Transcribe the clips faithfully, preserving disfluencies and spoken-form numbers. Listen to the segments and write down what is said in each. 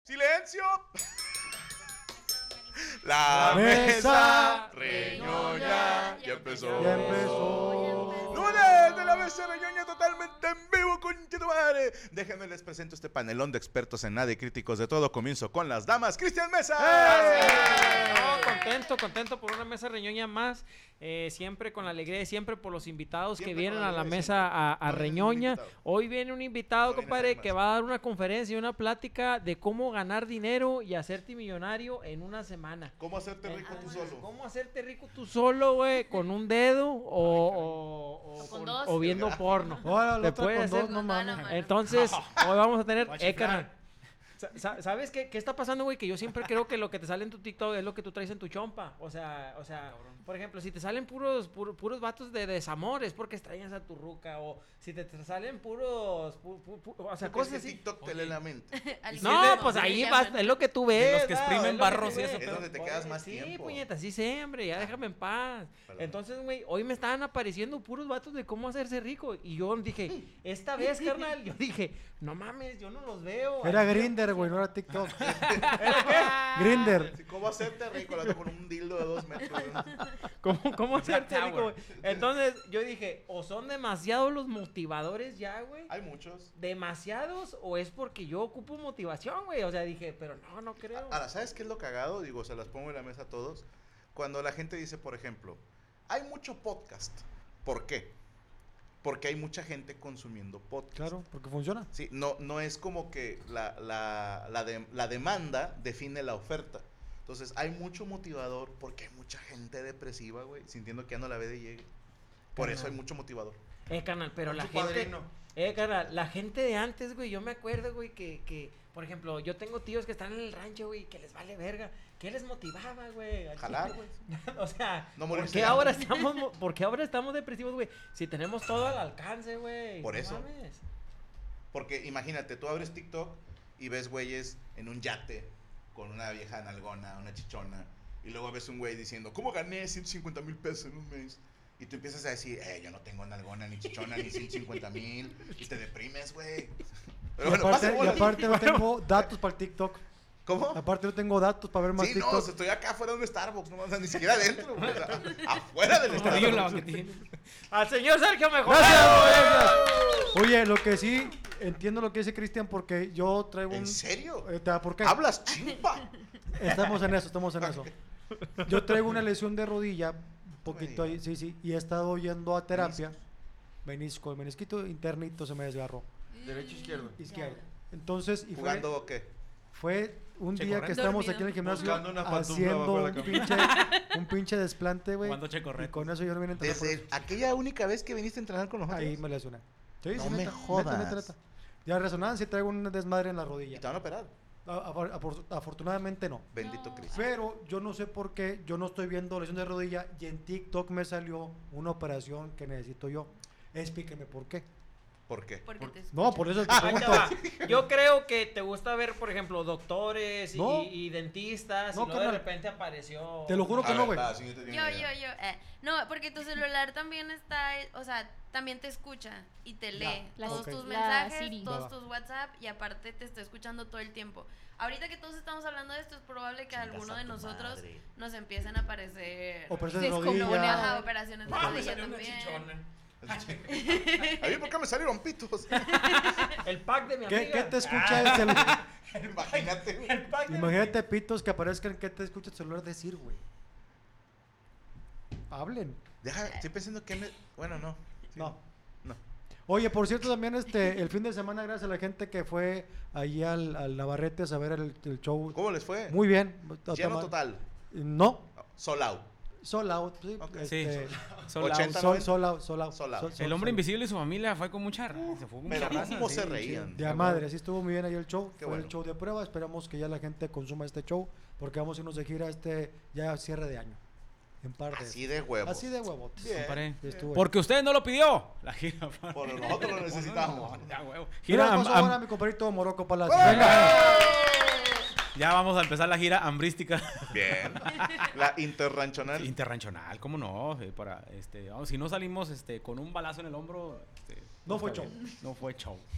¡Silencio! La mesa reñoña ya empezó. Ya empezó. ¡Lunes de la mesa reñoña totalmente en vivo, concha tu madre! Déjenme les presento este panelón de expertos en nada y críticos de todo. Comienzo con las damas. ¡Cristian Mesa! ¡Eh! No, contento, contento por una mesa reñoña más. Eh, siempre con la alegría de siempre por los invitados Siempre que vienen con la a la alegría de mesa a, a No viene Reñoña. un invitado. Hoy viene un invitado, No viene compadre, nadie que más. va a dar una conferencia y una plática de cómo ganar dinero y hacerte millonario en una semana. ¿Cómo hacerte rico tú Entonces, solo? ¿Cómo hacerte rico tú solo, güey? ¿Con un dedo o, o, o, O con con- dos. o viendo porno? Ahora la Te otra puede con hacer- dos, no Con mano, mames. mano. Entonces, hoy vamos a tener... Va a Eh, chiflar. carnal, sa- sa- ¿sabes qué, qué está pasando, güey? Que yo siempre creo que lo que te sale en tu TikTok es lo que tú traes en tu chompa. O sea, o sea, por ejemplo, si te salen puros puros, puros vatos de desamor es porque extrañas a tu ruca. O si te, te salen puros... pu- pu- pu- o sea, ¿Tú crees cosas que así. TikTok te lee la mente? Al No, cielo, pues se ahí llaman. vas, es lo que tú ves. los que ¿no? exprimen Es lo que barros tú y eso, ves. Es donde te quedas más Sí, tiempo. puñeta, sí siempre, ya déjame en paz. Perdón. Entonces, güey, hoy me estaban apareciendo puros vatos de cómo hacerse rico. Y yo dije, esta vez, carnal, yo dije, no mames, yo no los veo. Era Así- Grindr, güey, no era TikTok. Grindr. Sí, ¿cómo hacerte rico? Lo hago con un dildo de dos metros. ¿no? ¿Cómo, cómo hacerte Tower. rico, güey? Entonces, yo dije, o son demasiados los motivadores ya, güey. Hay muchos. ¿Demasiados o es porque yo ocupo motivación, güey? O sea, dije, pero no, no creo. Ahora, ¿sabes qué es lo cagado? Digo, se las pongo en la mesa a todos. Cuando la gente dice, por ejemplo, hay mucho podcast. ¿Por qué? Porque hay mucha gente consumiendo podcast. Claro, porque funciona. Sí, no, no es como que la, la, la, de- la demanda define la oferta. Entonces, hay mucho motivador porque hay mucha gente depresiva, güey, sintiendo que ya no la ve de llegue. Por eso hay mucho motivador. Eh, carnal, pero Con la tu gente... padrino. Eh, carnal, la gente de antes, güey, yo me acuerdo, güey, que, que, por ejemplo, yo tengo tíos que están en el rancho, güey, que les vale verga. ¿Qué les motivaba, güey? Al Jalar, chile, güey. O sea, No ¿por morirse qué de ahora hambre. estamos, mo- por qué ahora estamos depresivos, güey? Si tenemos todo al alcance, güey. Por no eso. mames. Porque imagínate, tú abres TikTok y ves güeyes en un yate con una vieja nalgona, una chichona. Y luego ves un güey diciendo, ¿cómo gané ciento cincuenta mil pesos en un mes? Y tú empiezas a decir, eh, yo no tengo nalgona, ni chichona, ni ciento cincuenta mil. Y te deprimes, güey. Pero Y bueno, aparte, pase y bola. aparte no tengo datos para el TikTok. ¿Cómo? Aparte no tengo datos para ver más Sí, no, TikTok. o sea, estoy acá afuera de un Starbucks, no, o sea, ni siquiera adentro, güey, o sea, afuera del Por ello la Starbucks. banquetina. Al señor Sergio Mejor. Gracias, gracias. Oye, lo que sí, entiendo lo que dice Cristian porque yo traigo un... ¿En serio? Eh, te- ¿Por qué? ¿Hablas chimpa? Estamos en eso, estamos en eso. Yo traigo una lesión de rodilla, un poquito ahí, digas. sí, sí, y he estado yendo a terapia. Menisco, el menisquito internito se me desgarró, ¿Derecho o izquierdo? izquierdo. Entonces, y fue, ¿Jugando o qué? fue un Che día correcto. que estamos Dormido. aquí en el gimnasio Buscando una pantufla haciendo bajo la un camisa. pinche, un pinche desplante, güey. Jugando che Y correcto. con eso yo no vine a entrenar. por Desde eso. aquella única vez que viniste a entrenar con nosotros. Ahí me lesioné. Sí, No sí, me neta, jodas. neta, neta, neta. Ya resonancia traigo un desmadre en la Y rodilla. te van a operar. A- a- afor- Afortunadamente no. Bendito No. Cristo. Pero yo no sé por qué yo no estoy viendo lesión de rodilla y en TikTok me salió una operación que necesito yo. Explíqueme por qué. ¿Por qué? Porque te No, por eso te Ahí te pregunto. va. Yo creo que te gusta ver, por ejemplo, doctores y, No. y dentistas No, y luego de carnal. repente apareció... Te lo juro que A no, ver, güey. va, siguiente Yo, línea. yo, yo. Eh. No, porque tu celular también está, eh, o sea, también te escucha y te lee Ya, todos ok. tus La mensajes, Siri. todos Va, va. tus WhatsApp y aparte te está escuchando todo el tiempo. Ahorita que todos estamos hablando de esto, es probable que a Chingas alguno a de tu nosotros madre. nos empiecen a aparecer Operación de Se rodilla. descompone, ajá, operaciones de Ah, me rodilla salió una también. chichona. A mí, ¿por qué me salieron pitos? El pack de mi ¿Qué, amiga. qué te escucha el celular? Imagínate. güey. El pack de mi Imagínate pitos que aparezcan. ¿Qué te escucha el celular decir, güey? Hablen. Deja, estoy pensando que me... Bueno, no. Sí, No. No. Oye, por cierto, también este el fin de semana, gracias a la gente que fue allí al, al Navarrete a ver el, el show. ¿Cómo les fue? Muy bien. Lleno total. No, Sold out. sold out. Sí, Ok. este, Sold out. ochenta, sol, sold out, sold out. Sold out. Sol- sol- El hombre sol- invisible y su familia fue con mucha raza. Se fue con Pero mucha raza. ¿cómo sí, se sí. reían? De a madre, sí estuvo muy bien ahí el show. Qué Fue bueno. el show de prueba. Esperamos que ya la gente consuma este show porque vamos a irnos de gira este ya cierre de año. En parte. Así de huevos. Así de huevos. Bien. Compadre. Sí, estuvo Porque usted no lo pidió. La gira. para- Por nosotros lo necesitamos. Ya, huevo. Gira, Gira. am- am- ahora mi compadrito Morocco Palacio. ¡Eh! Venga. ya vamos a empezar la gira hambrística. Bien. La interranchonal. Interranchonal, ¿cómo no? Eh, para, este, vamos, si no salimos este, con un balazo en el hombro. Este, No fue está show. bien. No fue show.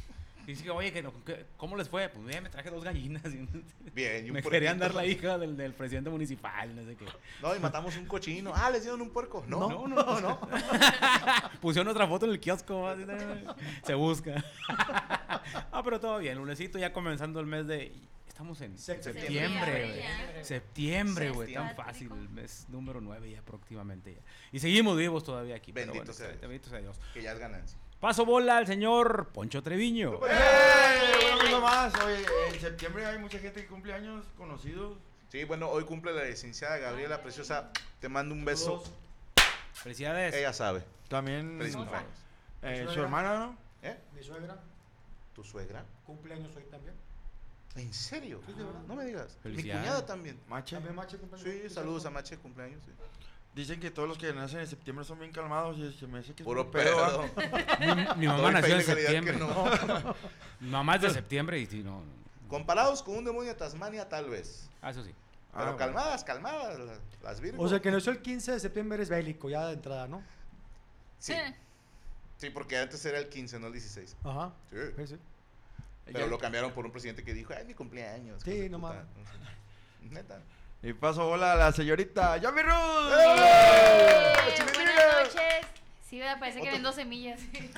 Y dice que, oye, que no, que- ¿cómo les fue? Pues bien, me traje dos gallinas. Y Bien, y un me querían puerquito. dar la hija del, del presidente municipal, no sé qué. No, y matamos un cochino. Ah, ¿les dieron un puerco? No, No, no, no. Pusieron otra foto en el kiosco. así, se busca. Ah, pero todo bien. Lunesito ya comenzando el mes de... Estamos en Septiembre. septiembre, güey. ya. Septiembre, güey. Tan Septiembre. fácil. El mes número nueve ya próximamente ya. Y seguimos vivos todavía aquí. pero Bendito bueno, sea Dios. Bendito sea Dios. Que ya es ganancia. Paso bola al señor Poncho Treviño. ¡Eh! Una más. Oye, en septiembre hay mucha gente que cumple años, conocidos. Sí, bueno, hoy cumple la licenciada Gabriela Preciosa. Te mando un beso. Saludos. Felicidades. Ella sabe. También Feliz cumpleaños. eh, su hermana, ¿no? ¿Eh? Mi suegra, ¿Tu suegra? cumpleaños hoy también. ¿En serio? Sí, de verdad. No me digas. Mi Felicidades. cuñada también. Mache. También Mache cumpleaños. Sí, saludos a Mache, cumpleaños. Sí. Dicen que todos los que nacen en septiembre son bien calmados y se me hace que es Puro un pedo, pedo. ¿ah? Mi, mi mamá Doy fe nació y en legalidad que septiembre. no. Mi mamá es de septiembre y sí, no. no. Comparados con un demonio de Tasmania, tal vez. Ah, eso sí. Ah, Pero bueno. calmadas, calmadas, las, las Virgo. O sea, que nació el quince de septiembre eres bélico, ya de entrada, ¿no? Sí. Sí, porque antes era el quince, no el dieciséis. Ajá. Sí. Sí, sí. Pero Ya- lo cambiaron por un presidente que dijo, ay, mi cumpleaños. Sí, cosa de no puta". mames. Neta. Y paso bola a la señorita Yami Ruth. ¡Eh! Eh, ¡Chile, buenas chile! noches. Sí, ¿verdad? Parece que Otro- vendo semillas.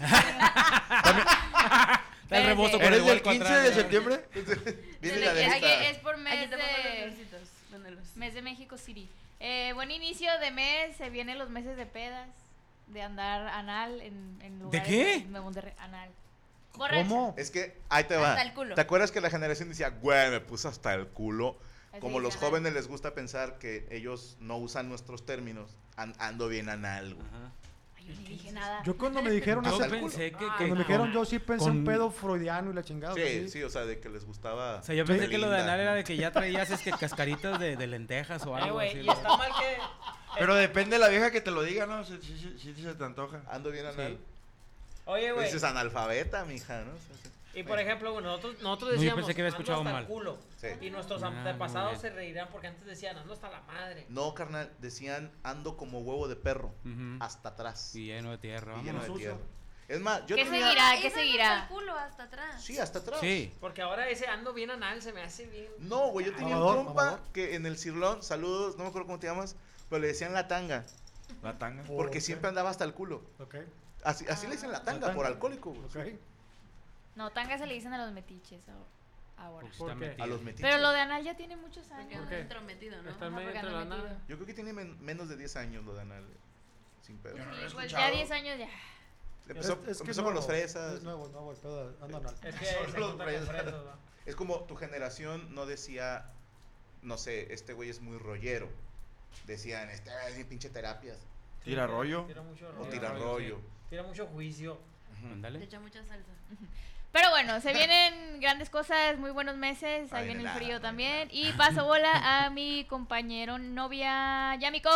Está el rebozo con el ¿Eres del hueco quince atrás, de ¿no? septiembre? Viene Desde la que- de aquí esta. es por Aquí mes te pongo los de, dulcitos. Pónmelos. mes de México City. Eh, buen inicio de mes. Se vienen los meses de pedas. De andar anal en, en lugares qué? de Monterrey. Anal. Borracha. ¿Cómo? Es que, ahí te va. Hasta el culo. ¿Te acuerdas que la generación decía, güey, me puse hasta el culo? Así Como los dicen, jóvenes les gusta pensar que ellos no usan nuestros términos, an- ando bien anal, güey. Ajá. Ay, yo ni dije nada. Yo cuando me dijeron Yo hasta el culo. pensé que, que Cuando me dijeron, yo sí pensé con- un pedo freudiano y la chingada. Sí, así. sí, o sea, de que les gustaba. O sea, yo pensé ser que lo de linda. anal era de que ya traías es que cascaritas de, de lentejas o Eh, algo güey, así. y ¿no? está mal que... Pero depende de la vieja que te lo diga, ¿no? Si, si, si, si se te antoja. Ando bien anal. Oye, güey. Dices analfabeta, mija, ¿no? O sea, sí. Y por ejemplo, bueno, nosotros, nosotros No, yo decíamos, pensé que había "Ando escuchado hasta el mal". culo. Sí. Y nuestros Ah, muy antepasados bien. se reirán porque antes decían, ando hasta la madre. No, carnal, decían ando como huevo de perro, Ujú. hasta atrás. Y lleno de tierra. y lleno de Sucio. tierra. Es más, yo ¿Qué tenía... seguirá? ¿Qué Eso es seguirá? hasta el culo, hasta atrás. Sí, hasta atrás. Sí. Porque ahora ese ando bien anal se me hace bien. No, güey, yo tenía un Mamador, compa mamador. que en el cirlón, saludos, no me acuerdo cómo te llamas, pero le decían la tanga, La tanga. porque Ok. siempre andaba hasta el culo. Ok, Así, así le dicen la tanga, tanga. por alcohólico, güey. ok. No, tanga se le dicen a los metiches a- ahora. Pues ¿Por está qué? metido. A los metiches. Pero lo de anal ya tiene muchos Porque años. anda qué? entrometido, ¿no? Está Ajá, medio porque entre anda la nada. metido. Yo creo que tiene men- menos de diez años lo de anal, sin pedo. Yo no lo he Sí, pues escuchado. ya diez años ya. Empezó, Es- es que empezó es con los nuevo, fresas. Es nuevo, nuevo el pedo de ando anal. Es que Son se los junta con fresas. fresas, ¿no? Es como tu generación no decía, no sé, este güey es muy rollero. Decían, este güey es bien pinche terapias. Tira rollo. Tira mucho O rollo. tira rollo. sí. Tira mucho juicio. Ándale. Le echa mucha salsa. Pero bueno, se vienen grandes cosas, muy buenos meses. Ahí Ahí viene el viene la- frío también. Y paso bola a mi compañero novia Yamiko.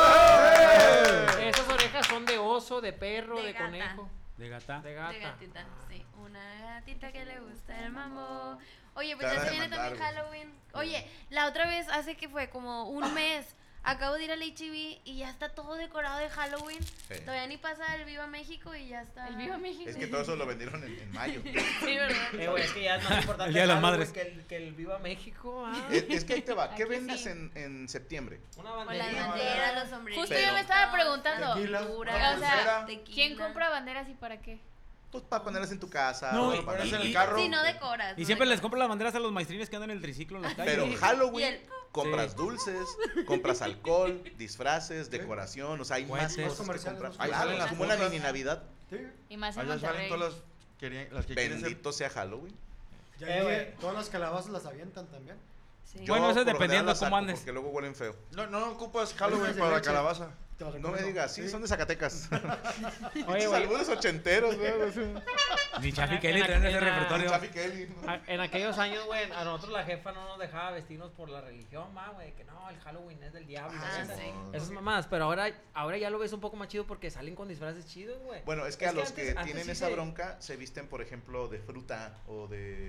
Esas orejas son de oso, de perro, de, De gata. conejo, De gata. de gata. De gatita, sí. Una gatita que le gusta el mambo. Oye, pues Te ya van se a viene demandar, también güey. Halloween. Oye, la otra vez, hace que fue como un mes, acabo de ir al H E B y ya está todo decorado de Halloween. Sí. Todavía ni pasa el Viva México y ya está. El Viva México. Es que todo eso lo vendieron en, en mayo. Sí, ¿verdad? Eh, güey, es que ya es más importante El Día de las Halloween Madres. Que el, que el Viva México. ah. Es, es que ahí te va. ¿Qué Aquí vendes sí. en, en septiembre? Una Con bandera. las banderas, los sombreros. Justo yo me estaba preguntando. Tequila. O sea, tequila. ¿quién compra banderas y para qué? Pues para ponerlas en tu casa. No, o y- para pones en el y- carro. Sí, no decoras. Y no siempre les decoras. compro las banderas a los maestrines que andan en el triciclo en las calles. Pero Y Halloween, el- compras Sí. dulces, compras alcohol, disfraces, decoración, o sea, hay más Cohetes. cosas que Comerciales, comprar. más Ahí Claro, salen es las como una cosas. mini Navidad. Sí, Y más en Allá salen Monterrey. todas las, querían- las que quieren ser. Bendito sea Halloween. ya Eh, llegué, güey. todas las calabazas las avientan también. Sí. Yo, Bueno, eso es por lo dependiendo general, las cómo saco andes. Porque luego huelen feo. No, no ocupas Halloween Esas de para la leche. calabaza. Te las No me recomiendo. digas, sí, son de Zacatecas. Oye, Oye, güey. algunos ochenteros, güey. Ni Chafi En- Kelly en traen la- ese en la- repertorio. Chafi Kelly. A- En aquellos años, güey, a nosotros la jefa no nos dejaba vestirnos por la religión, ma, güey, que no, el Halloween es del diablo. Ah, esas, sí. esas mamadas, pero ahora, ahora ya lo ves un poco más chido porque salen con disfraces chidos, güey. Bueno, es que Es a que los antes- que antes tienen sí esa se- bronca se visten, por ejemplo, de fruta o de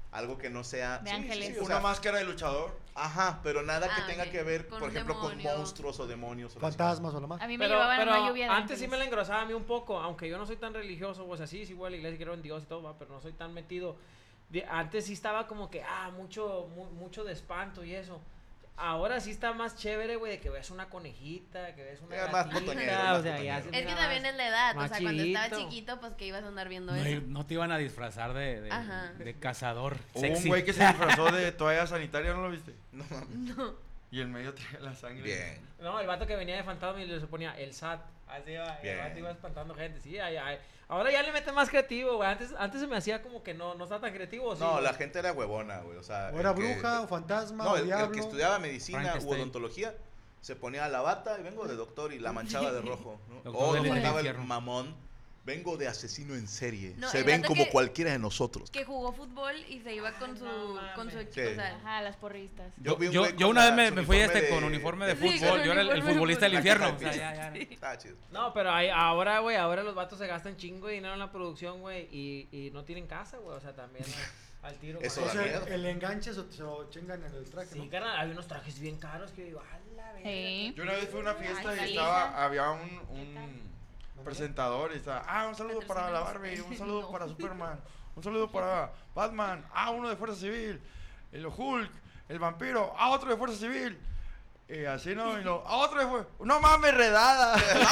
algo que no sea... De sí, sí, ángeles. sí, o Una sea, máscara de luchador. ajá, pero nada que Ah, tenga ok. que ver, Con por un ejemplo, demonio. con monstruos o demonios. O la Fantasmas o lo más. A mí me Pero, llevaban pero una lluvia de antes sí ángeles. me la engrosaba a mí un poco, aunque yo no soy tan religioso, pues así, sí voy a la iglesia y creo en Dios y todo, va, pero no soy tan metido. De- antes sí estaba como que, ah, mucho, mu- mucho de espanto y eso. Ahora sí está más chévere, güey, de que ves una conejita, que ves una Ya, más gatita, botonero, o más sea, ya botonero. se Es que mira también más- es la edad, o más sea, cuando estaba chidito. chiquito, pues que ibas a andar viendo No, eso. no te iban a disfrazar de, de, Ajá. de cazador. Hubo Sexy. un güey que se disfrazó de toalla sanitaria, ¿no lo viste? No mames. Y el medio traía la sangre. Bien. No, el vato que venía de fantasma y le se ponía el S A T. Así iba, el Bien. vato iba espantando gente. Sí, ay, ay. Ahora ya le mete más creativo, güey. Antes, antes se me hacía como que no, no estaba tan creativo. ¿sí, No, güey? la gente era huevona, güey. O sea, O era el que- bruja, o fantasma, No, o el, el diablo. que estudiaba medicina u Frankenstein. odontología se ponía la bata y vengo de doctor y la manchaba de rojo. ¿no? Doctor O del le faltaba el infierno. mamón. Vengo de asesino en serie. No, se el ven vato como que- cualquiera de nosotros. Que jugó fútbol y se iba con Ay, su, no mames. con su Sí. equipo, o sea, Ajá, las porristas. Yo, vi un yo, güey yo con una la- vez me, su me fui uniforme este de- con uniforme de Sí, con fútbol. Yo era el, el uniforme de futbolista del fútbol. infierno. O sea, ya, ya. Sí. Estaba chido. No, pero hay, ahora, güey, ahora los vatos se gastan chingo de dinero en la producción, güey, y, y no tienen casa, güey, o sea, también al, al tiro. Eso con da O sea, miedo. el enganche se, se lo chingan en el traje, Sí, ¿no? carnal, hay unos trajes bien caros que yo digo, a la verga. Sí. Yo una vez fui a una fiesta Ay, y Lisa. estaba, había un, un presentador y estaba, ah, un saludo para la Barbie, un saludo No. para Superman, un saludo para Batman, ah, uno de Fuerza Civil, el Hulk, el vampiro, ah, otro de Fuerza Civil. Y así no, y lo, ah, otro de Fuerza, no mames, redada.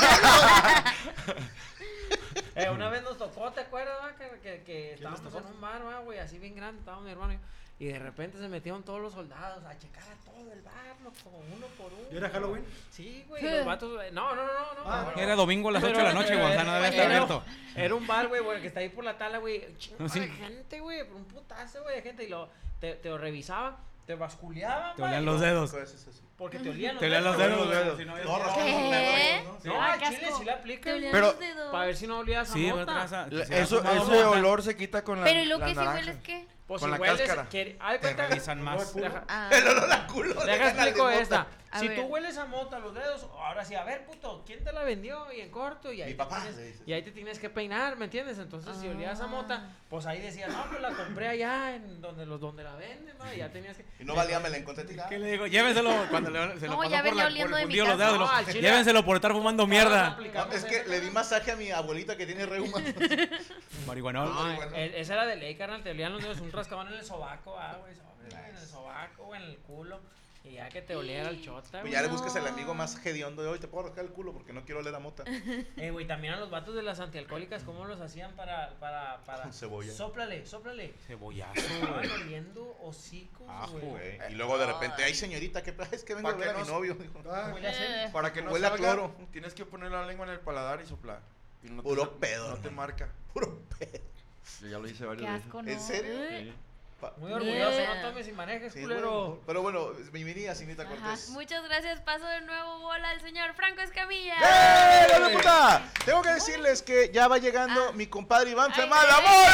Eh, una vez nos tocó, ¿te acuerdas, va? Que, que, que estábamos en un bar, va, güey, así bien grande, estaba mi hermano y yo, y de repente se metieron todos los soldados a checar a todo el bar, loco, uno por uno. ¿Y era Halloween? Sí, güey, y los vatos, güey, no, no, no, no, no. Ah, no. Era domingo a las ocho de la noche, güey. O sea, no debía estar Era- abierto. Era un bar, güey, güey, que está ahí por la tala, güey. Chingo No, sí. de gente, güey, un putazo, güey, de gente. Y lo, te, te revisaban, te basculeaban, Te güey, olían y los lo- dedos. Pues es eso. Porque te olían los Te olían los güey. dedos, los güey. dedos. Si no, No, había- ¿Qué? No, Ah, al qué chile asco. sí le aplican. Te olían Pero- los dedos. Para ver si no olías a Sí, mota. pero te vas a- Le- si has Eso, fumado ese mota, olor se quita con la Pero ¿y lo la que si naranja. hueles qué? Pues con si la hueles, cáscara. que- haz de Te cuenta- revisan más. Deja, Ah. El olor a culo. deja déjala de explico mota. esta. A Si ver. tú hueles a mota los dedos, ahora sí, a ver, puto, ¿quién te la vendió? Y en corto, y ahí, Mi te papá, tienes- le dices. y ahí te tienes que peinar, ¿me entiendes? Entonces, si olías a Ah. mota, pues ahí decías, no, pues la compré allá en donde los donde la venden, ¿no? Y ya tenías que. Y no valía, me la encontré tirada. ¿Qué le digo? Llévenselo cuando le, se lo No, pasó ya por venía la, oliendo por de el mi fundido los casa. dedos. No, lo- al chile- Llévenselo por estar fumando Ahora mierda. aplicamos No, es que eso, le ¿no? di masaje a mi abuelita que tiene reuma. Marihuanol. No, Marihuana. e- esa era de ley, carnal, te olían los dedos, un rascabón en el sobaco, ah, güey, sobre, Nice. en el sobaco, güey, en el culo, y ya que te oliera el chota, Pues güey. ya le buscas el amigo más hediondo de hoy. Te puedo rascar el culo porque no quiero oler a mota. Eh, güey, también a los vatos de las antialcohólicas, ¿cómo los hacían para, para, para? Con cebolla. Sóplale, sóplale. Cebollazo, Estaban güey. oliendo hocicos, Ajo, güey. güey. Y luego de repente, ay señorita, ¿qué pasa? Es que vengo a ¿Pa' ver a qué mi no- novio. Dijo. Ah, Huele a cel- Para que no Huele a salga, cloro. tienes que poner la lengua en el paladar y soplar. Y no te Puro sa- pedo, No te hermano. marca. Puro pedo. Yo ya lo hice varias Qué veces. asco, ¿no? ¿En serio? Sí. Pa- Muy orgulloso, Yeah. no tomes y manejes, Sí, culero. güey. Pero bueno, bienvenida, Cinita Ajá. Cortés. Muchas gracias. Paso de nuevo bola al señor Franco Escamilla. ¡Eh, la puta! Tengo que decirles que ya va llegando Ah. mi compadre Iván Ay, Femal,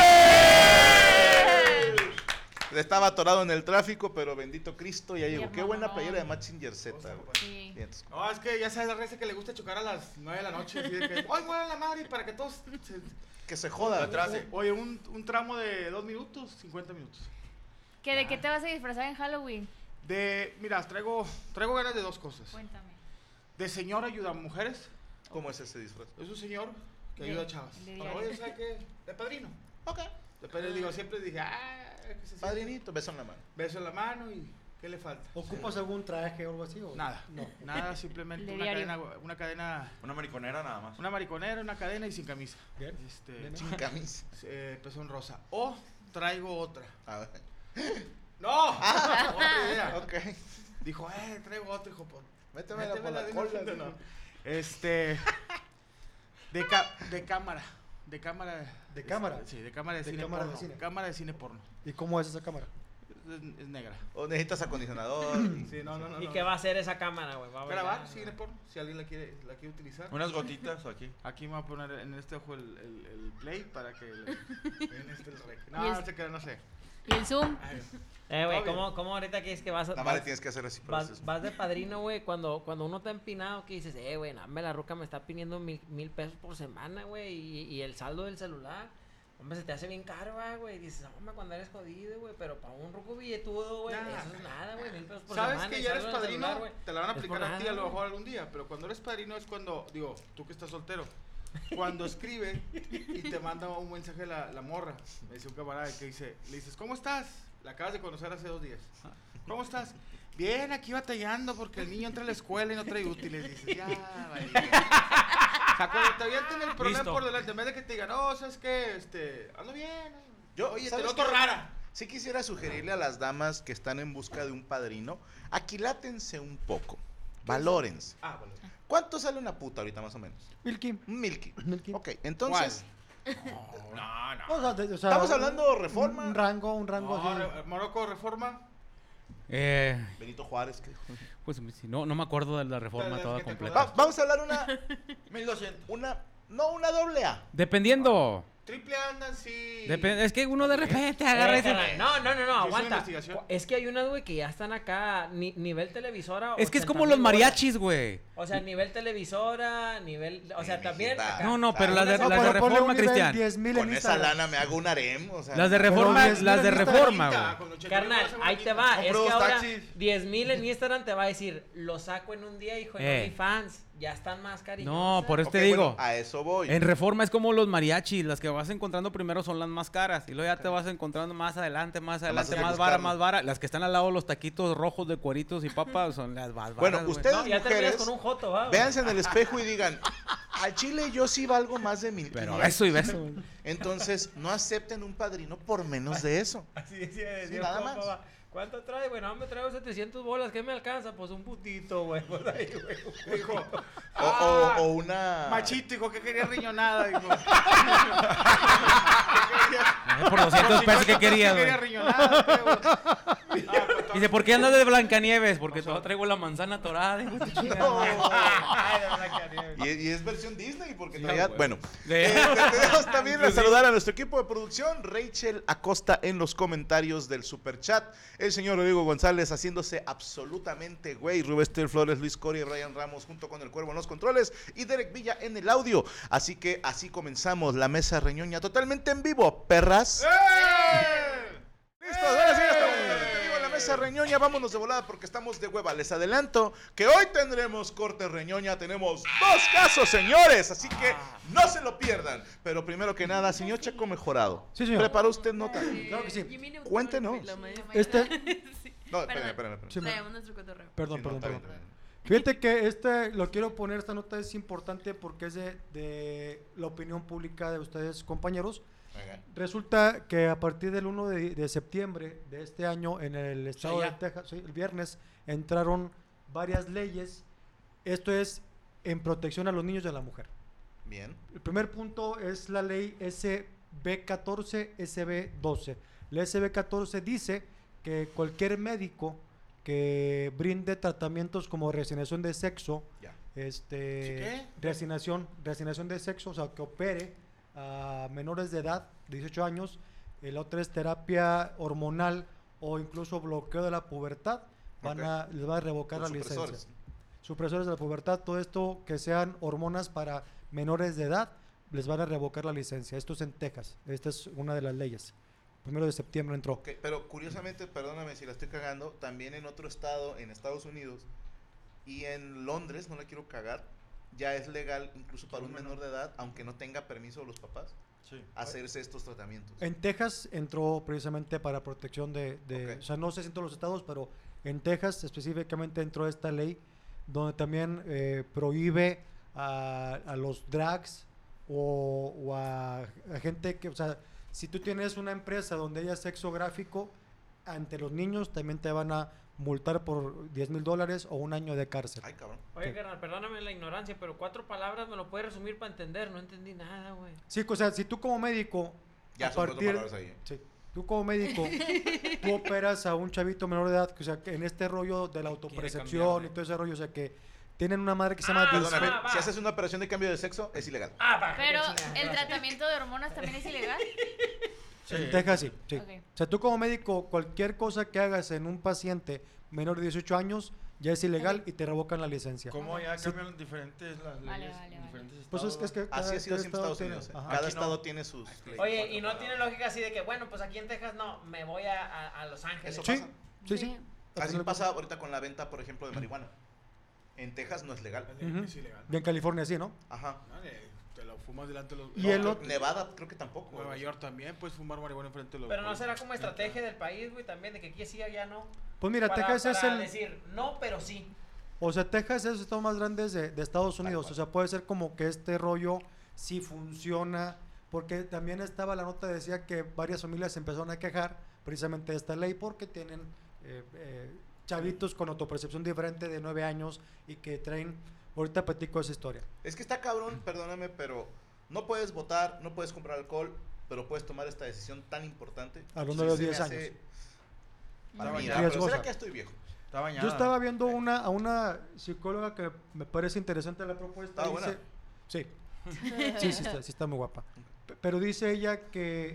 ay. ¡amores! Estaba atorado en el tráfico, pero bendito Cristo, ya llegó. Bien, Qué buena mamón. playera de Mazinger Z, güey. Sí. Bien, entonces, No, es que ya sabes la raza que le gusta chocar a las nueve de la noche. Así de que, ¡ay, muevan la madre! Para que todos. Se... que se joda. Atrás. Oye, un, un tramo de dos minutos, cincuenta minutos. ¿Qué, ¿De qué te vas a disfrazar en Halloween? De. Mira, traigo, traigo ganas de dos cosas. Cuéntame. De señor ayuda a mujeres. ¿Cómo es ese disfraz? Es un señor que De- ayuda a chavas. de Pero, diario. Oye, ¿sabes qué? De padrino. Ok. Después digo, siempre dije, ah, que se siente. Padrinito, beso en la mano. Beso en la mano y ¿qué le falta? ¿Ocupas algún traje o algo así? O? Nada, No. nada, simplemente De una diario. cadena, una cadena, Una mariconera nada más. una mariconera, una cadena y sin camisa. Bien. Este, Bien. Sin camisa. eh, pezón rosa. O traigo otra. A ver. ¡No! Otra idea. Ok. Dijo, eh, traigo otra, hijo. Pues, Métemela por métemela la de una cola. vez, ¿no? no. Este. De, ca- de cámara. De cámara. ¿De es- cámara? Sí, de cámara de, De cine cámara de porno. cine. Cámara de cine porno. ¿Y cómo es esa cámara? Es, es negra. O necesitas acondicionador. Sí, no, no, no. ¿Y no. qué va a hacer esa cámara, güey? ¿Va a Grabar bailar? cine porno, si alguien la quiere, la quiere utilizar. Unas gotitas aquí. Aquí me voy a poner en este ojo el, el, el play para que le- en este el rec. Y No, el- no se queda, no sé. ¿Y el Zoom? Ay, Eh, güey, Todo bien. ¿cómo, ¿cómo ahorita que es que vas a... Nada más le vas- tienes que hacer así para Vas, vas de padrino, güey, cuando, cuando uno está empinado, que dices, eh, güey, no, me la ruca me está pidiendo mil, mil pesos por semana, güey, y, y el saldo del celular. Hombre, se te hace bien caro, ah, güey. Dices, hombre, cuando eres jodido, güey. Pero para un ruco billetudo, güey, Nah. eso es nada, güey. Mil pesos por Sabes semana que y ya eres salgo en el padrino, celular, güey. te la van a Es por aplicar a ti nada, a lo güey. mejor algún día, pero cuando eres padrino es cuando, digo, tú que estás soltero, cuando escribe y te manda un mensaje la, la morra, me dice un camarada que dice, le dices, ¿cómo estás? La acabas de conocer hace dos días. ¿Cómo estás? Bien, aquí batallando porque el niño entra a la escuela y no trae útiles. Dices, ya, vale. O sea, cuando te avienten el problema Listo. por delante, en vez de que te digan, no, ¿sabes qué? Este, ando bien. Yo, Oye, te ¿sabes noto qué? rara. Sí quisiera sugerirle a las damas que están en busca de un padrino, aquilátense un poco, valórense. Ah, vale. ¿Cuánto sale una puta ahorita más o menos? Milky. Un milky. Milky. Ok, entonces, No, no. O sea, de- o sea, estamos un- hablando reforma. Un rango, un rango No, así. Re- Morocco Reforma. Eh, Benito Juárez. ¿qué? pues sí, no, no me acuerdo de la reforma Dale, toda ¿qué te completa. Va- vamos a hablar una, mil doscientos. una, no una doble A. Dependiendo. Triple andan, sí. Depende, es que uno de repente agarra Eh, ese. carnal, no, no, no, no, Yo hice una aguanta. investigación. Es que hay unas, güey, que ya están acá, ni- nivel televisora. Es que es ochenta como mil los bolas. mariachis, güey. O sea, nivel televisora, nivel. O sea, Sí, también. mijita. acá. No, no, pero las de, No, las de pero ponle reforma, un nivel Cristian. diez mil en Con esa Instagram. lana me hago un harem, o sea. Las de Pero reforma, diez mil las de en Instagram. reforma, güey. Con ochenta mil Carnal, bolas, ahí te bonita. va. Compro Es que dos ahora taxis. diez mil en Instagram te va a decir, lo saco en un día, hijo, en Eh. OnlyFans. Ya están más cariñosas. No, por eso Ok, te digo. bueno, a eso voy. En reforma es como los mariachis, las que vas encontrando primero son las más caras y luego ya te vas encontrando más adelante, más Nada más adelante, hay que más vara, buscarlo. más vara. Las que están al lado de los taquitos rojos de cueritos y papas son las más varas. Bueno, güey. ustedes No, ya terminas mujeres, con un joto, va. güey. véanse en el espejo y digan, al chile yo sí valgo más de mil. Pero beso y beso. güey. Entonces, no acepten un padrino por menos de eso. Así decía, decía nada un compa, más. va, ¿cuánto trae? Bueno, me traigo setecientos bolas. ¿Qué me alcanza? Pues un putito, güey. Pues ahí, güey. Dijo, O, ah, o- o una... machito, dijo que quería riñonada. Dijo. Ay, por doscientos pesos que querías, quería güey. riñonada. qué, güey. Ah, pues, Dice, ¿por qué andas de Blancanieves? Porque todavía traigo la manzana atorada. hijo de tu chingada. Ay, de Blancanieves. Y, y es versión Disney porque Sí, traía... güey. Bueno, De- eh, tenemos también a saludar a nuestro equipo de producción, Rachel Acosta en los comentarios del superchat, el señor Rodrigo González haciéndose absolutamente güey, Rubén Flores, Luis Coria, Brian Ramos junto con el Cuervo en los controles y Derek Villa en el audio. Así que así comenzamos la mesa reñoña totalmente en vivo, perras. ¡Eh! Listo, ahora sí, ya estamos totalmente en vivo en la mesa reñoña. Vámonos de volada porque estamos de hueva. Les adelanto que hoy tendremos corte reñoña. Tenemos dos casos, señores. Así que no se lo pierdan. Pero primero que nada, señor Checo Mejorado. Sí, señor. ¿Preparó usted nota? Claro que sí. Cuéntenos. Este, No, espérame, Perdón. espérame. espérame. Sí, me- Traemos nuestro cotorreo. perdón, Sí, no, perdón, está bien, perdón. está bien. Fíjate que este, lo quiero poner, esta nota es importante porque es de, de la opinión pública de ustedes, compañeros. Venga. Resulta que a partir del uno de, de septiembre de este año en el estado ya. de Texas, sí, el viernes, entraron varias leyes. Esto es en protección a los niños y a la mujer. Bien. El primer punto es la ley S B catorce, S B doce. La S B catorce dice que cualquier médico que brinde tratamientos como reasignación de sexo, Ya. este, ¿Sí qué? reasignación, reasignación de sexo, o sea, que opere a menores de edad, de dieciocho años, el otro es terapia hormonal o incluso bloqueo de la pubertad, van Ok. a, les va a revocar Con la licencia. supresores. Supresores de la pubertad, todo esto que sean hormonas para menores de edad, les van a revocar la licencia. Esto es en Texas, esta es una de las leyes. Primero de septiembre entró. Ok, pero curiosamente, perdóname si la estoy cagando, también en otro estado, en Estados Unidos y en Londres, no la quiero cagar, ya es legal incluso para un menor de edad, aunque no tenga permiso de los papás, Sí. hacerse estos tratamientos. En Texas entró precisamente para protección de, de Ok. o sea, no sé si en todos los estados, pero en Texas específicamente entró esta ley donde también eh, prohíbe a, a los drags o, o a, a gente que, o sea, si tú tienes una empresa donde haya sexo gráfico, ante los niños también te van a multar por diez mil dólares o un año de cárcel. Ay, cabrón. Oye, ¿Qué? carnal, perdóname la ignorancia, pero cuatro palabras me lo puedes resumir para entender. No entendí nada, güey. Sí, o sea, si tú como médico, Ya a son cuatro partir, palabras ahí. sí, tú como médico, tú operas a un chavito menor de edad, que, o sea, que en este rollo de la autopercepción cambiarle. y todo ese rollo, o sea, que tienen una madre que se llama Ah, dis- Perdóname, va, va. si haces una operación de cambio de sexo, es ilegal. Ah, va. Pero qué chingada. el tratamiento de hormonas también es ilegal. En Texas sí, sí. Ok. O sea, tú como médico, cualquier cosa que hagas en un paciente menor de dieciocho años, ya es ilegal y te revocan la licencia. ¿Cómo ya Sí. cambian diferentes las leyes Vale, vale, en vale. diferentes Pues estados? es, es que cada, Así ha sido cada siempre estado Estados tiene- Unidos. ¿eh? ajá. Cada Aquí no. estado tiene sus leyes. Oye, y no tiene lógica así de que, bueno, pues aquí en Texas no, me voy a, a, a Los Ángeles. Eso Sí, pasa. sí, sí. Así pasa ahorita con la venta, por ejemplo, de marihuana. En Texas no es legal. Ujú. Es ilegal. Y en California sí, ¿no? Ajá. No, eh, te lo fumas delante de los... Y No, el creo- otro- Nevada creo que tampoco. Nueva York también puedes fumar marihuana enfrente de los... Pero no será como estrategia del país, güey, también, de que aquí sí, allá no. Pues mira, Para- Texas es para el... decir, no, pero sí. O sea, Texas es el estado más grande de, de Estados Unidos. cual. O sea, puede ser como que este rollo sí funciona. Porque también estaba la nota, decía que varias familias se empezaron a quejar precisamente de esta ley porque tienen eh, eh, chavitos con autopercepción diferente de nueve años y que traen... Ahorita platico esa historia. Es que está cabrón, perdóname, pero no puedes votar, no puedes comprar alcohol, pero puedes tomar esta decisión tan importante. A los Sí, nueve o se me diez hace- años. Para Está mí, bañada. pero Riesgosa. ¿será que ya estoy viejo? Está bañada. Yo estaba viendo una, a una psicóloga que me parece interesante la propuesta. ¿Está dice- buena? Sí. Sí, sí está, sí está muy guapa. P- Pero dice ella que,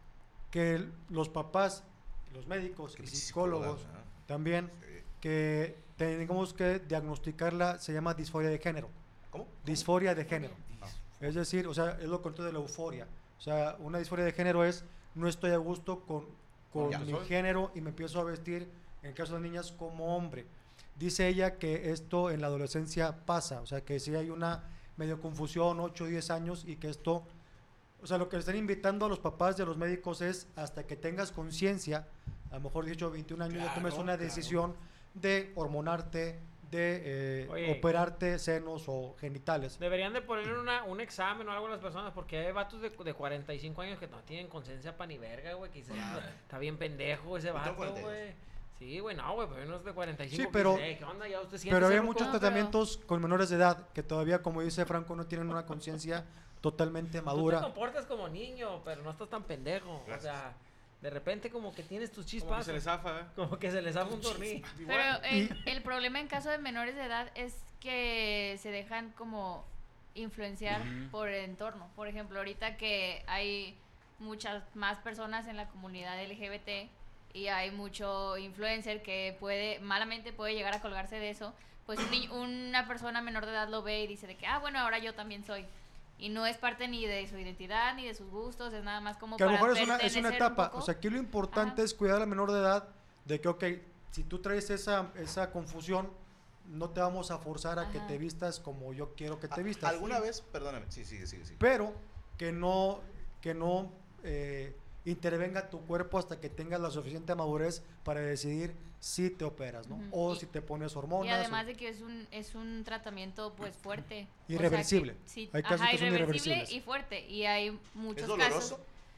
que el- los papás, los médicos Qué y pinche psicólogos psicóloga, ¿no? también, Sí. que tenemos que diagnosticarla, se llama disforia de género. ¿Cómo? Disforia de género. Ah. Es decir, o sea, es lo contrario de la euforia. O sea, una disforia de género es no estoy a gusto con, con Ya mi soy. género y me empiezo a vestir, en el caso de niñas, como hombre. Dice ella que esto en la adolescencia pasa, o sea, que si hay una medio confusión, ocho o diez años, y que esto, o sea, lo que le están invitando a los papás y a los médicos es hasta que tengas conciencia, a lo mejor dieciocho o veintiún años, ya tomes Claro, una claro. decisión de hormonarte, de eh, Oye. operarte senos o genitales. Deberían de poner una, un examen o algo a las personas, porque hay vatos de, de cuarenta y cinco años que no tienen conciencia pa' ni verga, güey, que dicen, "Ah, está bien pendejo ese Yo tengo vato, cuarenta y dos. güey. Sí, güey, no, güey, pero hay unos de cuarenta y cinco Sí, que pero- dicen, "Ey, ¿qué onda? Ya usted siente Pero había ese muchos ruco". pero- tratamientos con menores de edad que todavía, como dice Franco, no tienen una conciencia totalmente Tú te madura. comportas como niño, pero no estás tan pendejo. Gracias. O sea, de repente como que tienes tus Como que chispas. se le zafa, ¿eh? Como que se les zafa un tornillo. Pero Y- el, el problema en caso de menores de edad es que se dejan como influenciar Ujú. por el entorno. Por ejemplo, ahorita que hay muchas más personas en la comunidad L G B T y hay mucho influencer que puede, malamente puede llegar a colgarse de eso, pues un ni- una persona menor de edad lo ve y dice de que, ah, bueno, ahora yo también soy. Y no es parte ni de su identidad ni de sus gustos, es nada más como Que a lo para mejor es una, es una pertenecer un etapa. poco. O sea, aquí lo importante Ajá. es cuidar al menor de edad de que, ok, si tú traes esa, esa confusión, no te vamos a forzar a que Ajá. te vistas como yo quiero que te Ah, vistas. ¿Alguna vez? Perdóname. Sí, sigue, sigue, sigue. Pero que no, que no eh, intervenga tu cuerpo hasta que tengas la suficiente madurez para decidir si te operas, ¿no? Ujú. O Y- si te pones Y hormonas. además o- de que es un, es un tratamiento pues fuerte. O sea que Irreversible. sí, Hay casos ajá, que son irreversible irreversibles. y fuerte. Y hay muchos ¿Es doloroso? casos.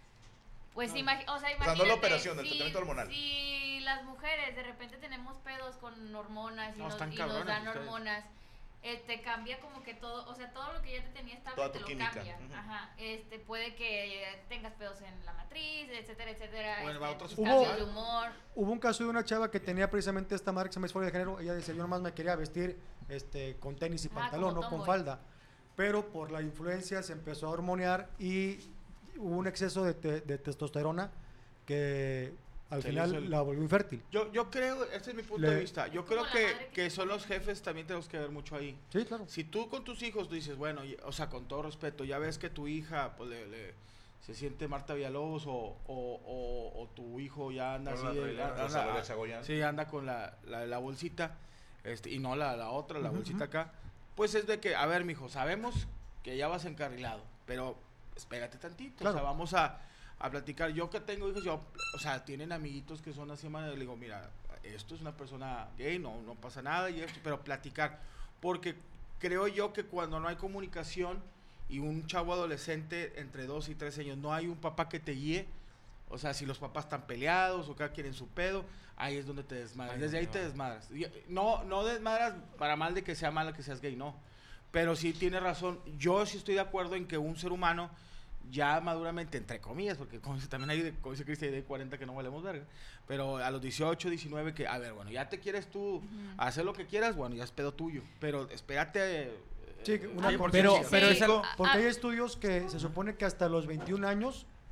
Pues imagi- o sea, no imagínate. la operación, el si- tratamiento hormonal. Si las mujeres de repente tenemos pedos con hormonas y, No, nos, están y nos cabrones dan ustedes. hormonas, eh, te cambia como que todo, o sea, todo lo que ya te tenía estable Toda te tu lo química, cambia. ujú. Ajá. Este, puede que eh, tengas pedos en la matriz, etcétera, etcétera. Bueno, va este, otra cambios sustancia. de humor. Hubo un caso de una chava que tenía precisamente esta marca que se llama disforia de género. Ella decía, yo nomás me quería vestir este, con tenis y Ah, pantalón, como no con tomboy. falda. Pero por la influencia se empezó a hormonear y hubo un exceso de, te- de testosterona que al Se le hizo final el- la volvió infértil. Yo, yo creo, este es mi punto Le- de vista, yo Es creo como la que, madre que que te son pone. los jefes, también tenemos que ver mucho ahí. Sí, claro. Si tú con tus hijos tú dices, bueno, y- o sea, con todo respeto, ya ves que tu hija pues, le, le- se siente Marta Villalobos o, o, o, o tu hijo ya anda Con así, la de- trailera, anda- Rosa anda- Gloria Chagoyán. sí, anda con la, la, la bolsita, este, y no la, la otra, la Ujú, bolsita ujú. acá, pues es de que, a ver, mijo, sabemos que ya vas encarrilado, pero espérate tantito, Claro. o sea, vamos a, a platicar. Yo que tengo hijos, yo, o sea, tienen amiguitos que son así, man, le digo, mira, esto es una persona gay, no, no pasa nada, y esto, pero platicar, porque creo yo que cuando no hay comunicación y un chavo adolescente entre dos y tres años, no hay un papá que te guíe, o sea, si los papás están peleados o cada quieren su pedo, ahí es donde te desmadras. Ay, Desde no, ahí no. te desmadras. Y, No, no desmadras para mal de que sea malo que seas gay, no. Pero sí tiene razón. Yo sí estoy de acuerdo en que un ser humano ya maduramente, entre comillas, porque como dice, también hay, de- como dice Cristian, hay de cuarenta que no valemos verga, pero a los dieciocho, diecinueve que, a ver, bueno, ya te quieres tú hacer lo que quieras, bueno, ya es pedo tuyo, pero espérate. eh, Sí, una eh, conciencia. Pero, Sí, pero sí. esa- Ah, Porque ah, hay estudios que se supone que hasta los veintiún años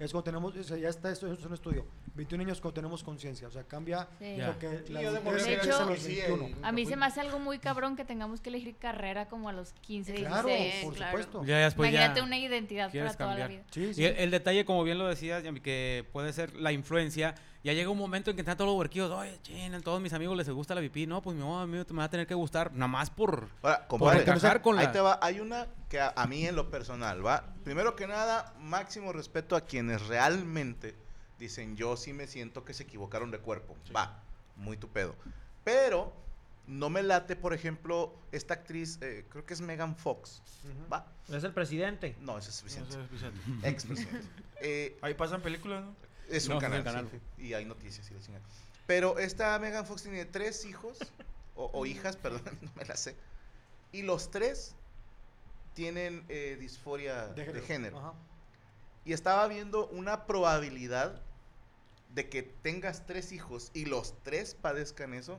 es cuando tenemos, o sea, ya está, esto es un estudio, veintiún años cuando tenemos conciencia, o sea, cambia Sí. Ya. lo que Sí, la yo de adultez morrillo De empieza hecho- a los sí, veintiuno. y- A mí se me hace algo muy cabrón que tengamos que elegir carrera como a los quince, Claro, dieciséis. por claro. supuesto. Ya después Imagínate ya una identidad quieres para toda la cambiar. vida. Sí, Y sí. el, el detalle, como bien lo decías, Yami, que puede ser la influencia. Ya llega un momento en que están todos los huerquillos, oye, chin, a todos mis amigos les gusta la pipí. No, pues mi mamá a mí me va a tener que gustar, nada más por, Ahora, por compadre, encajar con ahí la... te va. Hay una que a, a mí en lo personal, ¿va? Primero que nada, máximo respeto a quienes realmente dicen, yo sí me siento que se equivocaron de cuerpo. Va, muy tu pedo. Pero no me late, por ejemplo, esta actriz, eh, creo que es Megan Fox, Ujú. ¿va? Es el presidente. No, ese es No Vicente, sé, Vicente. ex-presidente. Eh, Ahí pasan películas, ¿no? es un No, es canal, el canal. sí, y hay noticias y la chingada. Pero esta Megan Fox tiene tres hijos, o, o hijas, perdón, no me la sé. Y los tres tienen eh, disforia de género. Ajá. Y estaba viendo una probabilidad de que tengas tres hijos y los tres padezcan eso.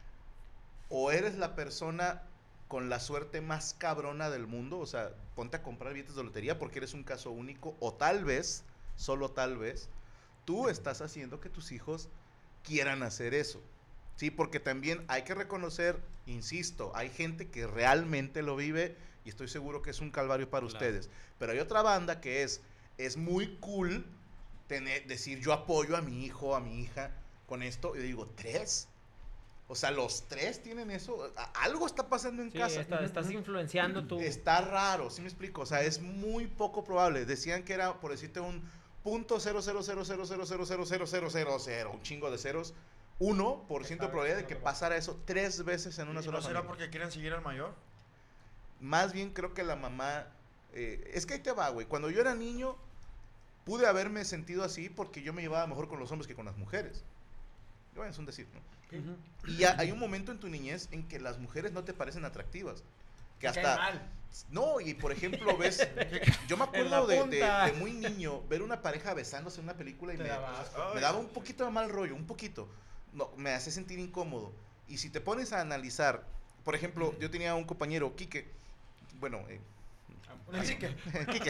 O eres la persona con la suerte más cabrona del mundo, o sea, ponte a comprar billetes de lotería porque eres un caso único, o tal vez, solo tal vez, tú estás haciendo que tus hijos quieran hacer eso. Sí, porque también hay que reconocer, insisto, hay gente que realmente lo vive y estoy seguro que es un calvario para Claro. ustedes. Pero hay otra banda que es, es muy cool tener, decir yo apoyo a mi hijo, a mi hija con esto. Y digo, ¿tres? O sea, los tres tienen eso. A- Algo está pasando en Sí, casa. está- estás influenciando tú. Está raro, ¿sí me explico? O sea, es muy poco probable. Decían que era, por decirte, un punto cero cero cero cero cero cero cero cero cero cero cero, un chingo de ceros, uno por ciento de probabilidad de que pasara eso tres veces en una ¿Y sola no será familia. porque quieren seguir al mayor? Más bien creo que la mamá, eh, es que ahí te va, güey. Cuando yo era niño, pude haberme sentido así porque yo me llevaba mejor con los hombres que con las mujeres. Bueno, es un decir, ¿no? Ujú. Y ya hay un momento en tu niñez en que las mujeres no te parecen atractivas. Que Te cae hasta... mal. No, y por ejemplo, ves, yo me En la acuerdo de, de- punta. de muy niño ver una pareja besándose en una película y Te me, daba asco. me daba un poquito de mal rollo, un poquito. No, me hace sentir incómodo. Y si te pones a analizar, por ejemplo, yo tenía un compañero, Quique, bueno, eh, Una chica. Quique,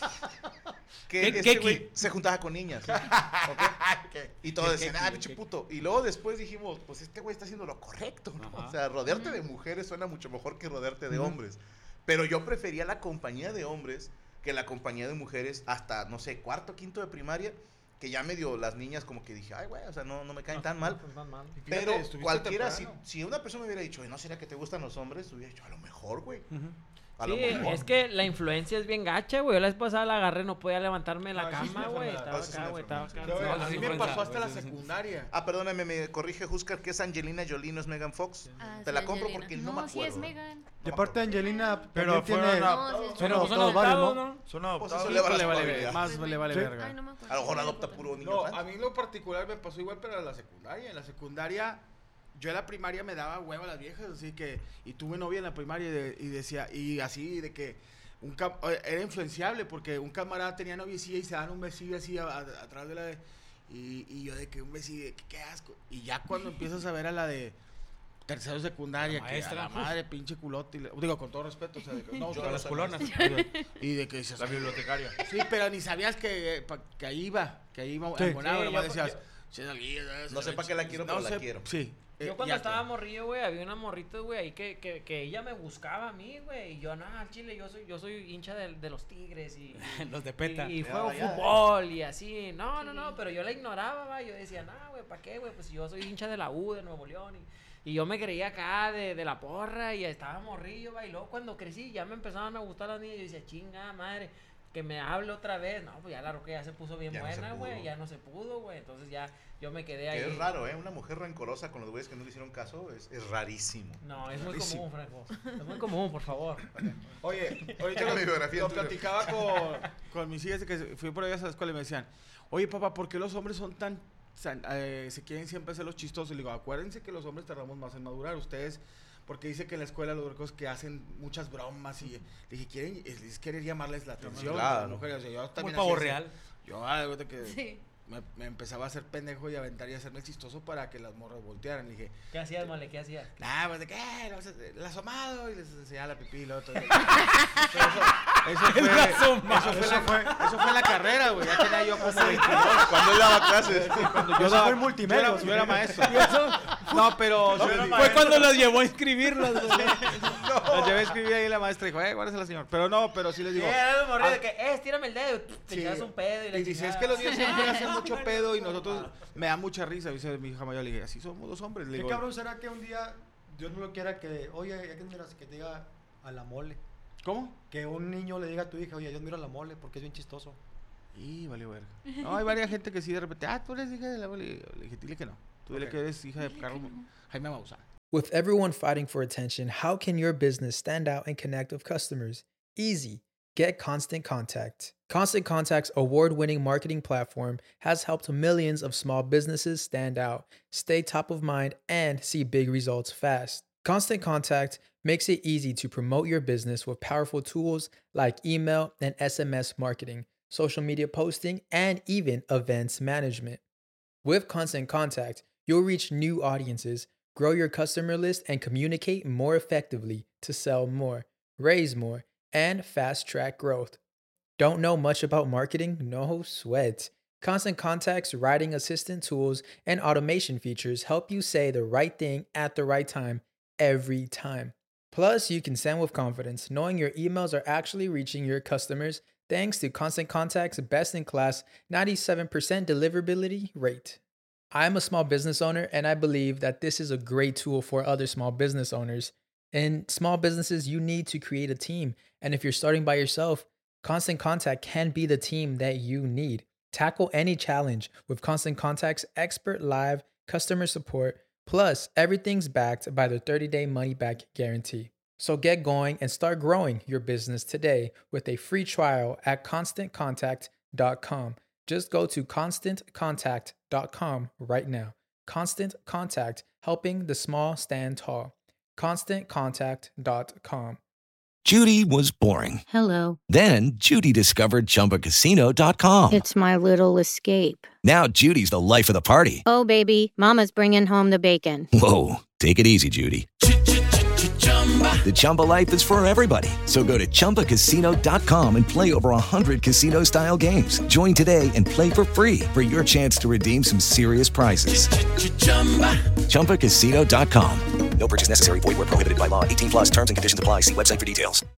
que ¿Qué- este qué güey Qui? se juntaba con niñas. ¿Ok? Y todos ¿Qué- decían, qué- ah, qué- pinche qué- puto. Y luego después dijimos, pues este güey está haciendo lo correcto, ¿no? Ajá. O sea, rodearte de mujeres suena mucho mejor que rodearte de hombres. Pero yo prefería la compañía de hombres que la compañía de mujeres hasta, no sé, cuarto, quinto de primaria, que ya medio las niñas como que dije, ay, güey, o sea, no, no me caen tan mal. No, tan mal. Y fíjate, Pero estuviste cualquiera, si, temprano. si una persona me hubiera dicho, "Oye, ¿no será que te gustan los hombres?" Hubiera dicho, a lo mejor, güey. Ujú. A Sí, lo mejor. es que la influencia es bien gacha, güey. Yo la vez pasada la agarré, no podía levantarme de la No, eso es cama, una güey. enfermedad. Estaba Eso es acá, una güey, estaba acá. No, No, a eso es mí me influenza, pasó hasta la eso es- secundaria. Ah, perdóname, me corrige Huskar, que es Angelina Jolie, no es Megan Fox. Ah, Te sí, la compro Angelina. porque no, No, me sí acuerdo. es Megan. Y aparte Angelina Pero también fueron tiene... a- No, sí, Son es Pero pues son adoptados varios, adoptados, ¿no? ¿no? Son Pues adoptados. eso le va le la vale probabilidad. ver- más le vale Sí. verga. Ay, no me acuerdo. A lo mejor adopta puro niño No, trans. a mí en lo particular me pasó igual, pero en la secundaria. En la secundaria, yo en la primaria me daba hueva a las viejas, así que... Y tuve novia en la primaria y, de- y decía... Y así de que... Un cam- era influenciable porque un camarada tenía noviecilla y se daban un besillo así a- a- atrás de la de... Y, y yo de que un besillo, de que qué asco. Y ya cuando empiezas a ver a la de... Tercero secundaria, La que a maestra. la madre, pinche culote. y le- digo, con todo respeto, o sea, de que, no, Yo todas a las las culonas. Y de que dices, La bibliotecaria. sí, pero ni sabías que, eh, pa- que ahí iba, que ahí iba Sí. a Bonao, Sí, nomás yo- decías, yo- "Che, nalguilla, ¿sabes? No sé pa' qué la quiero, pero la sé, quiero. Sí. Yo eh, cuando ya estaba que- morrillo, güey, había una morrita, güey, ahí que, que, que ella me buscaba a mí, güey. Y yo, no, al chile, yo soy, yo soy hincha de, de los Tigres y... y- Los de peta. Y, y Ya, juego ya, fútbol y así. No, no, Sí. no, pero yo la ignoraba, va. Yo decía, no, güey, ¿para qué, güey? Pues yo soy hincha de la U, de Nuevo León. Y, y yo me creía acá de, de la porra y estaba morrillo, va. Y luego cuando crecí ya me empezaban a gustar las niñas. Yo decía, chinga, madre, que me hable otra vez. No, pues ya la roca ya se puso bien Ya no se buena, güey. pudo. Ya no se pudo, güey. Entonces ya yo me quedé ahí. Que es raro, ¿eh? Una mujer rencorosa con los güeyes que no le hicieron caso es, es rarísimo. No, es muy Rarísimo. común, Franco. Es muy común, por favor. Oye, ahorita Era lo, mi biografía lo en Twitter. platicaba con, con mis hijas de que fui por ellas a la escuela y me decían, oye, papá, ¿por qué los hombres son tan... san- eh, se quieren siempre hacer los chistosos? Y le digo, acuérdense que los hombres tardamos más en madurar. Ustedes... Porque dice que en la escuela los huercos que hacen muchas bromas y le dije, quieren, es, es querer llamarles la atención. Claro. a las mujeres. O sea, yo Muy también pavo hacía eso. real. Yo, ah, de cuenta que... Sí. me, me empezaba a hacer pendejo y aventar y hacerme chistoso para que las morras voltearan. Le dije, ¿Qué hacías, mole? ¿Qué hacías? nah, pues de qué, no, sé, el asomado, y les enseñaba la pipí y luego todo. Pero eso, eso fue, El asomado. eso fue, eso fue, eso fue en la carrera, güey, ya tenía yo como veintidós. Cuando él daba clases. Cuando Eso daba- fue en multimedia, Yo era, sí. yo era maestro. No, pero... yo era Fue maestro. cuando las llevó a inscribirlas, güey. Las llevé a escribir ahí la maestra dijo, eh, guárdesela, señor. Pero no, pero sí les Sí, digo... era el morrillo ah, de que, eh, estírame el dedo. Te sí, echas un pedo y la y dice, es chingada. que los niños siempre hacen mucho pedo y nosotros... Me da mucha risa, dice mi hija mayor. Le dije, así somos dos hombres. Le ¿Qué digo, cabrón será que un día, Dios no lo quiera, que, oye, ya que miras, que te diga a la mole? ¿cómo? Que un niño le diga a tu hija, oye, Dios mira a la mole porque es bien chistoso. Y vale, verga. No, hay varias gente que sí de repente, ah, tú eres hija de la abuela. Y le dije, dile que no. Tú dile Ok. que eres hija de Carlos Jaime Maussan. With everyone fighting for attention, how can your business stand out and connect with customers? Easy. Get Constant Contact. Constant Contact's award-winning marketing platform has helped millions of small businesses stand out, stay top of mind, and see big results fast. Constant Contact makes it easy to promote your business with powerful tools like email and S M S marketing, social media posting, and even events management. With Constant Contact, you'll reach new audiences, grow your customer list, and communicate more effectively to sell more, raise more, and fast-track growth. Don't know much about marketing? No sweat. Constant Contact's writing assistant tools and automation features help you say the right thing at the right time every time. Plus, you can send with confidence, knowing your emails are actually reaching your customers thanks to Constant Contact's best-in-class ninety-seven percent deliverability rate. I'm a small business owner, and I believe that this is a great tool for other small business owners. In small businesses, you need to create a team, and if you're starting by yourself, Constant Contact can be the team that you need. Tackle any challenge with Constant Contact's expert live customer support, plus everything's backed by the thirty-day money-back guarantee. So get going and start growing your business today with a free trial at constant contact dot com. Just go to constant contact dot com right now. Constant Contact, helping the small stand tall. constant contact dot com. Judy was boring. Hello. Then Judy discovered Chumba Casino dot com. It's my little escape. Now Judy's the life of the party. Oh, baby, mama's bringing home the bacon. Whoa, take it easy, Judy. The Chumba life is for everybody. So go to Chumba Casino dot com and play over one hundred casino-style games. Join today and play for free for your chance to redeem some serious prizes. Chumba Casino dot com. No purchase necessary. Void where prohibited by law. eighteen plus terms and conditions apply. See website for details.